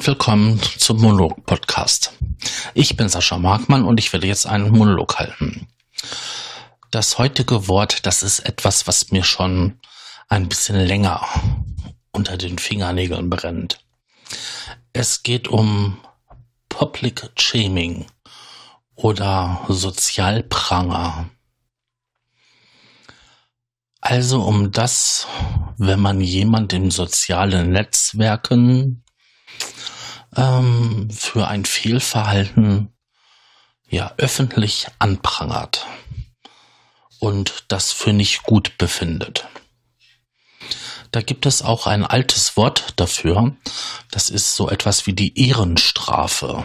willkommen zum Monolog-Podcast. Ich bin Sascha Markmann und ich werde jetzt einen Monolog halten. Das heutige Wort, das ist etwas, was mir schon ein bisschen länger unter den Fingernägeln brennt. Es geht um Public Shaming oder Sozialpranger. Also um das, wenn man jemand in sozialen Netzwerken für ein Fehlverhalten öffentlich anprangert und das für nicht gut befindet. Da gibt es auch ein altes Wort dafür, das ist so etwas wie die Ehrenstrafe.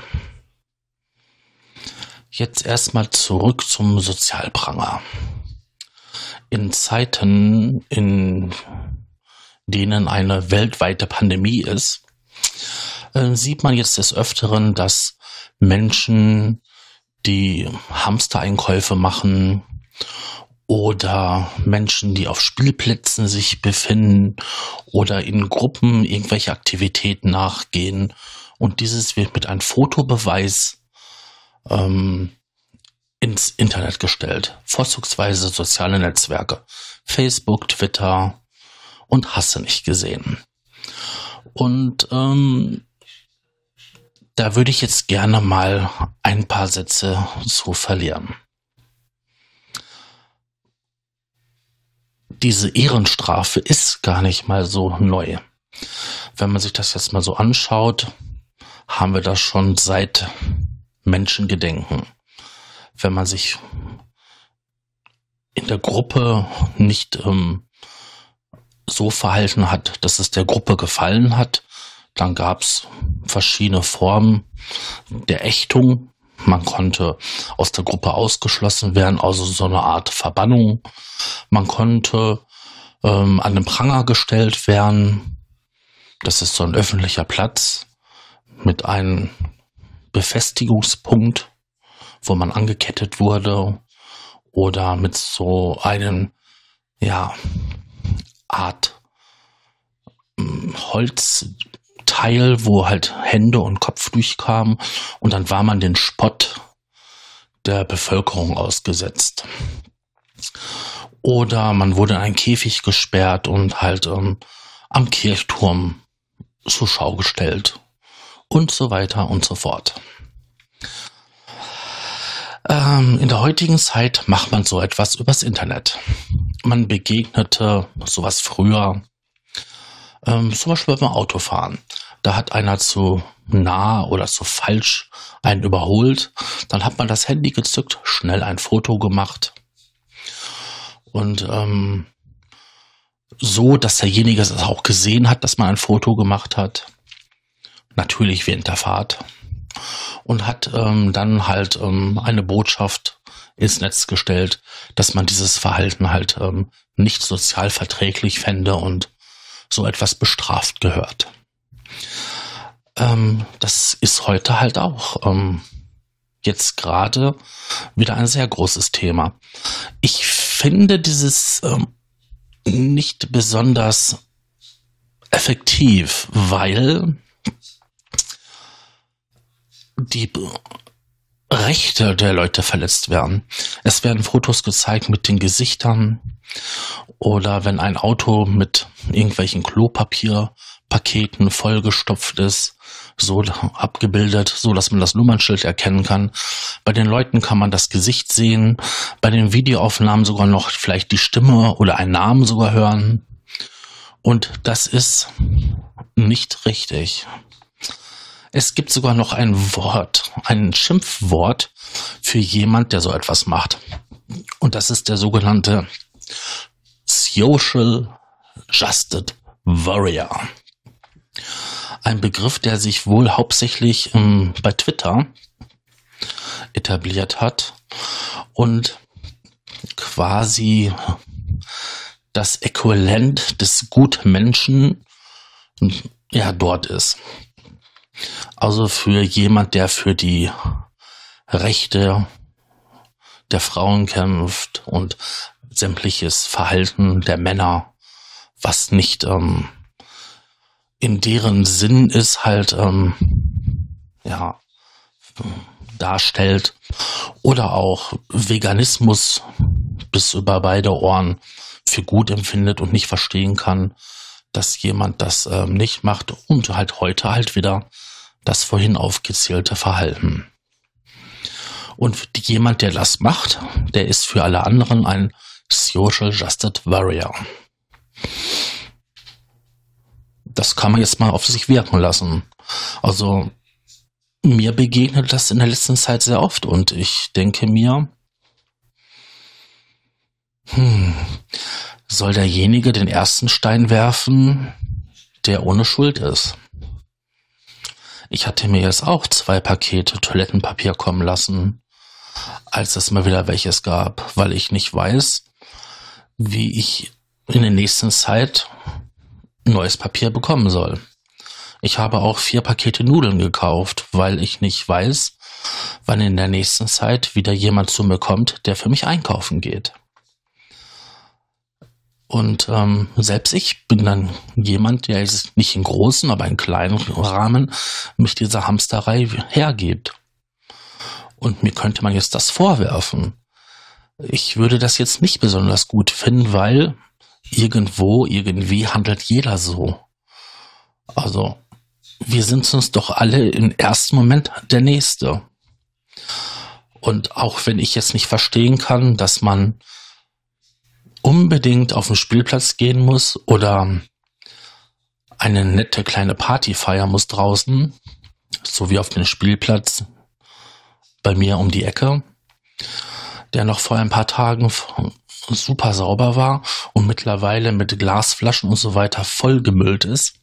Jetzt erstmal zurück zum Sozialpranger. In Zeiten, in denen eine weltweite Pandemie ist, sieht man jetzt des Öfteren, dass Menschen, die Hamstereinkäufe machen oder Menschen, die auf Spielplätzen sich befinden oder in Gruppen irgendwelche Aktivitäten nachgehen, und dieses wird mit einem Fotobeweis ins Internet gestellt, vorzugsweise soziale Netzwerke, Facebook, Twitter und hast du nicht gesehen. Und da würde ich jetzt gerne mal ein paar Sätze zu verlieren. Diese Ehrenstrafe ist gar nicht mal so neu. Wenn man sich das jetzt mal so anschaut, haben wir das schon seit Menschengedenken. Wenn man sich in der Gruppe nicht so verhalten hat, dass es der Gruppe gefallen hat, dann gab es verschiedene Formen der Ächtung. Man konnte aus der Gruppe ausgeschlossen werden, also so eine Art Verbannung. Man konnte an den Pranger gestellt werden. Das ist so ein öffentlicher Platz mit einem Befestigungspunkt, wo man angekettet wurde, oder mit so einem Art Holzteil, wo halt Hände und Kopf durchkamen, und dann war man den Spott der Bevölkerung ausgesetzt. Oder man wurde in einen Käfig gesperrt und halt am Kirchturm zur Schau gestellt und so weiter und so fort. In der heutigen Zeit macht man so etwas übers Internet. Man begegnete sowas früher, zum Beispiel beim Autofahren. Da hat einer zu nah oder zu falsch einen überholt. Dann hat man das Handy gezückt, schnell ein Foto gemacht. Und so, dass derjenige es auch gesehen hat, dass man ein Foto gemacht hat. Natürlich während der Fahrt. Und hat dann halt eine Botschaft ins Netz gestellt, dass man dieses Verhalten halt nicht sozial verträglich fände und so etwas bestraft gehört. Das ist heute halt auch jetzt gerade wieder ein sehr großes Thema. Ich finde dieses nicht besonders effektiv, weil die Rechte der Leute verletzt werden. Es werden Fotos gezeigt mit den Gesichtern, oder wenn ein Auto mit irgendwelchen Klopapierpaketen vollgestopft ist, so abgebildet, so dass man das Nummernschild erkennen kann. Bei den Leuten kann man das Gesicht sehen, bei den Videoaufnahmen sogar noch vielleicht die Stimme oder einen Namen sogar hören. Und das ist nicht richtig. Es gibt sogar noch ein Schimpfwort für jemand, der so etwas macht. Und das ist der sogenannte Social Justice Warrior. Ein Begriff, der sich wohl hauptsächlich bei Twitter etabliert hat und quasi das Äquivalent des Gutmenschen dort ist. Also für jemand, der für die Rechte der Frauen kämpft und sämtliches Verhalten der Männer, was nicht in deren Sinn es halt darstellt, oder auch Veganismus bis über beide Ohren für gut empfindet und nicht verstehen kann, dass jemand das nicht macht, und halt heute halt wieder das vorhin aufgezählte Verhalten. Und jemand, der das macht, der ist für alle anderen ein Social Justice Warrior. Das kann man jetzt mal auf sich wirken lassen. Also mir begegnet das in der letzten Zeit sehr oft, und ich denke mir, soll derjenige den ersten Stein werfen, der ohne Schuld ist. Ich hatte mir jetzt auch 2 Pakete Toilettenpapier kommen lassen, als es mal wieder welches gab, weil ich nicht weiß, wie ich in der nächsten Zeit neues Papier bekommen soll. Ich habe auch 4 Pakete Nudeln gekauft, weil ich nicht weiß, wann in der nächsten Zeit wieder jemand zu mir kommt, der für mich einkaufen geht. Und selbst ich bin dann jemand, der jetzt nicht in großen, aber in kleinen Rahmen mich dieser Hamsterei hergibt. Und mir könnte man jetzt das vorwerfen. Ich würde das jetzt nicht besonders gut finden, weil irgendwie handelt jeder so. Also, wir sind uns doch alle im ersten Moment der Nächste. Und auch wenn ich jetzt nicht verstehen kann, dass man unbedingt auf den Spielplatz gehen muss oder eine nette kleine Party feiern muss draußen, so wie auf dem Spielplatz bei mir um die Ecke, der noch vor ein paar Tagen super sauber war und mittlerweile mit Glasflaschen und so weiter vollgemüllt ist,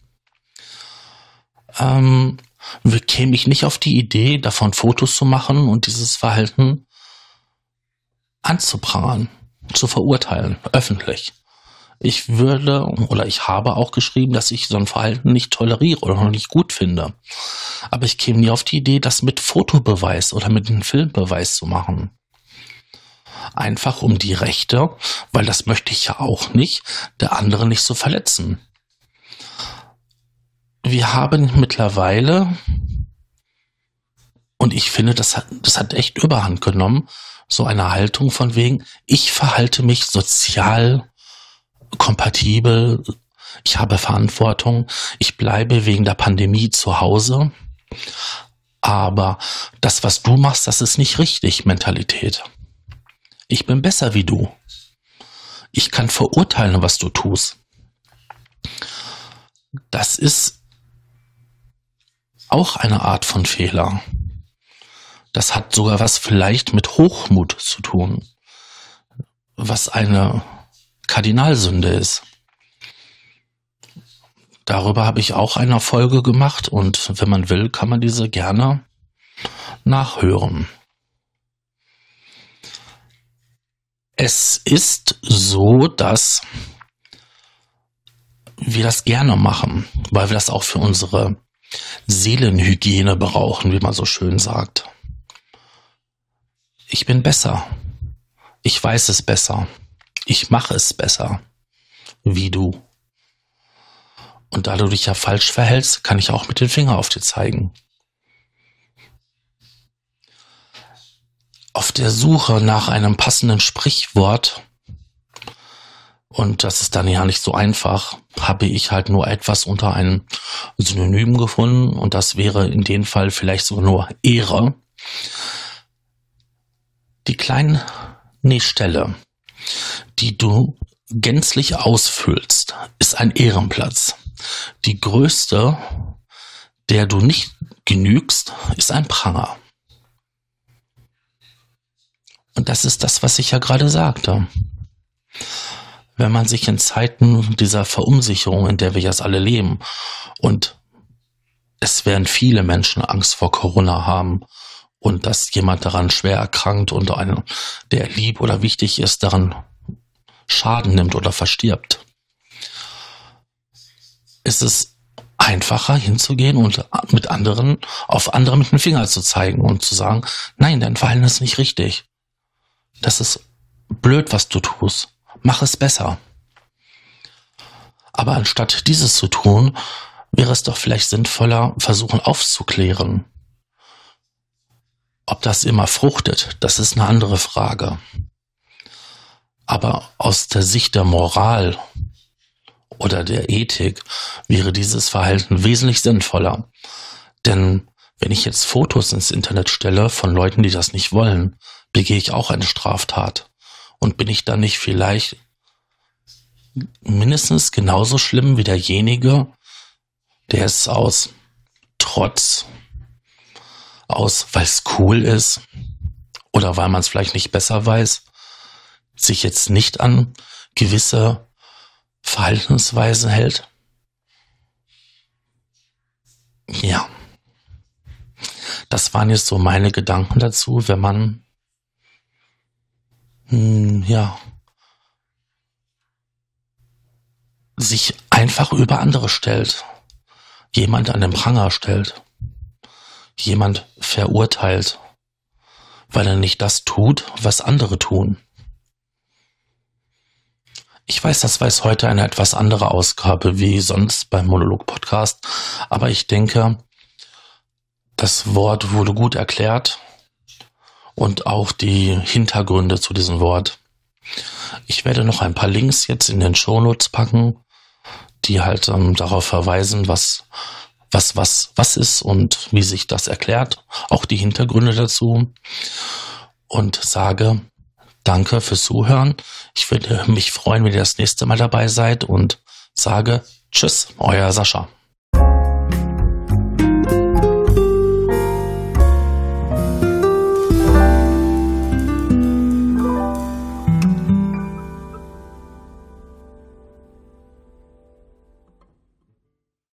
käme ich nicht auf die Idee, davon Fotos zu machen und dieses Verhalten anzuprangern, zu verurteilen, öffentlich. Ich habe auch geschrieben, dass ich so ein Verhalten nicht toleriere oder noch nicht gut finde. Aber ich käme nie auf die Idee, das mit Fotobeweis oder mit einem Filmbeweis zu machen. Einfach um die Rechte, weil das möchte ich ja auch nicht, der andere nicht zu verletzen. Wir haben mittlerweile, und ich finde, das hat echt Überhand genommen, so eine Haltung von wegen, ich verhalte mich sozial kompatibel, ich habe Verantwortung, ich bleibe wegen der Pandemie zu Hause, aber das, was du machst, das ist nicht richtig, Mentalität. Ich bin besser wie du. Ich kann verurteilen, was du tust. Das ist auch eine Art von Fehler. Das hat sogar was vielleicht mit Hochmut zu tun, was eine Kardinalsünde ist. Darüber habe ich auch eine Folge gemacht, und wenn man will, kann man diese gerne nachhören. Es ist so, dass wir das gerne machen, weil wir das auch für unsere Seelenhygiene brauchen, wie man so schön sagt. Ich bin besser. Ich weiß es besser. Ich mache es besser. Wie du. Und da du dich ja falsch verhältst, kann ich auch mit dem Finger auf dir zeigen. Auf der Suche nach einem passenden Sprichwort, und das ist dann ja nicht so einfach, habe ich halt nur etwas unter einem Synonym gefunden, und das wäre in dem Fall vielleicht sogar nur Ehre. Die kleine Stelle, die du gänzlich ausfüllst, ist ein Ehrenplatz. Die größte, der du nicht genügst, ist ein Pranger. Und das ist das, was ich ja gerade sagte. Wenn man sich in Zeiten dieser Verunsicherung, in der wir jetzt alle leben, und es werden viele Menschen Angst vor Corona haben und dass jemand daran schwer erkrankt und einer, der lieb oder wichtig ist, daran Schaden nimmt oder verstirbt, ist es einfacher hinzugehen und auf andere mit dem Finger zu zeigen und zu sagen, nein, dein Verhalten ist nicht richtig. Das ist blöd, was du tust. Mach es besser. Aber anstatt dieses zu tun, wäre es doch vielleicht sinnvoller, versuchen aufzuklären. Ob das immer fruchtet, das ist eine andere Frage. Aber aus der Sicht der Moral oder der Ethik wäre dieses Verhalten wesentlich sinnvoller. Denn wenn ich jetzt Fotos ins Internet stelle von Leuten, die das nicht wollen, begehe ich auch eine Straftat. Und bin ich dann nicht vielleicht mindestens genauso schlimm wie derjenige, der es aus Trotz, weil es cool ist oder weil man es vielleicht nicht besser weiß, sich jetzt nicht an gewisse Verhaltensweisen hält? Ja, das waren jetzt so meine Gedanken dazu, wenn man sich einfach über andere stellt, jemand an den Pranger stellt, jemand verurteilt, weil er nicht das tut, was andere tun. Ich weiß, das war jetzt heute eine etwas andere Ausgabe wie sonst beim Monolog-Podcast, aber ich denke, das Wort wurde gut erklärt und auch die Hintergründe zu diesem Wort. Ich werde noch ein paar Links jetzt in den Shownotes packen, die halt darauf verweisen, was ist und wie sich das erklärt, auch die Hintergründe dazu, und sage danke fürs Zuhören. Ich würde mich freuen, wenn ihr das nächste Mal dabei seid, und sage tschüss, euer Sascha.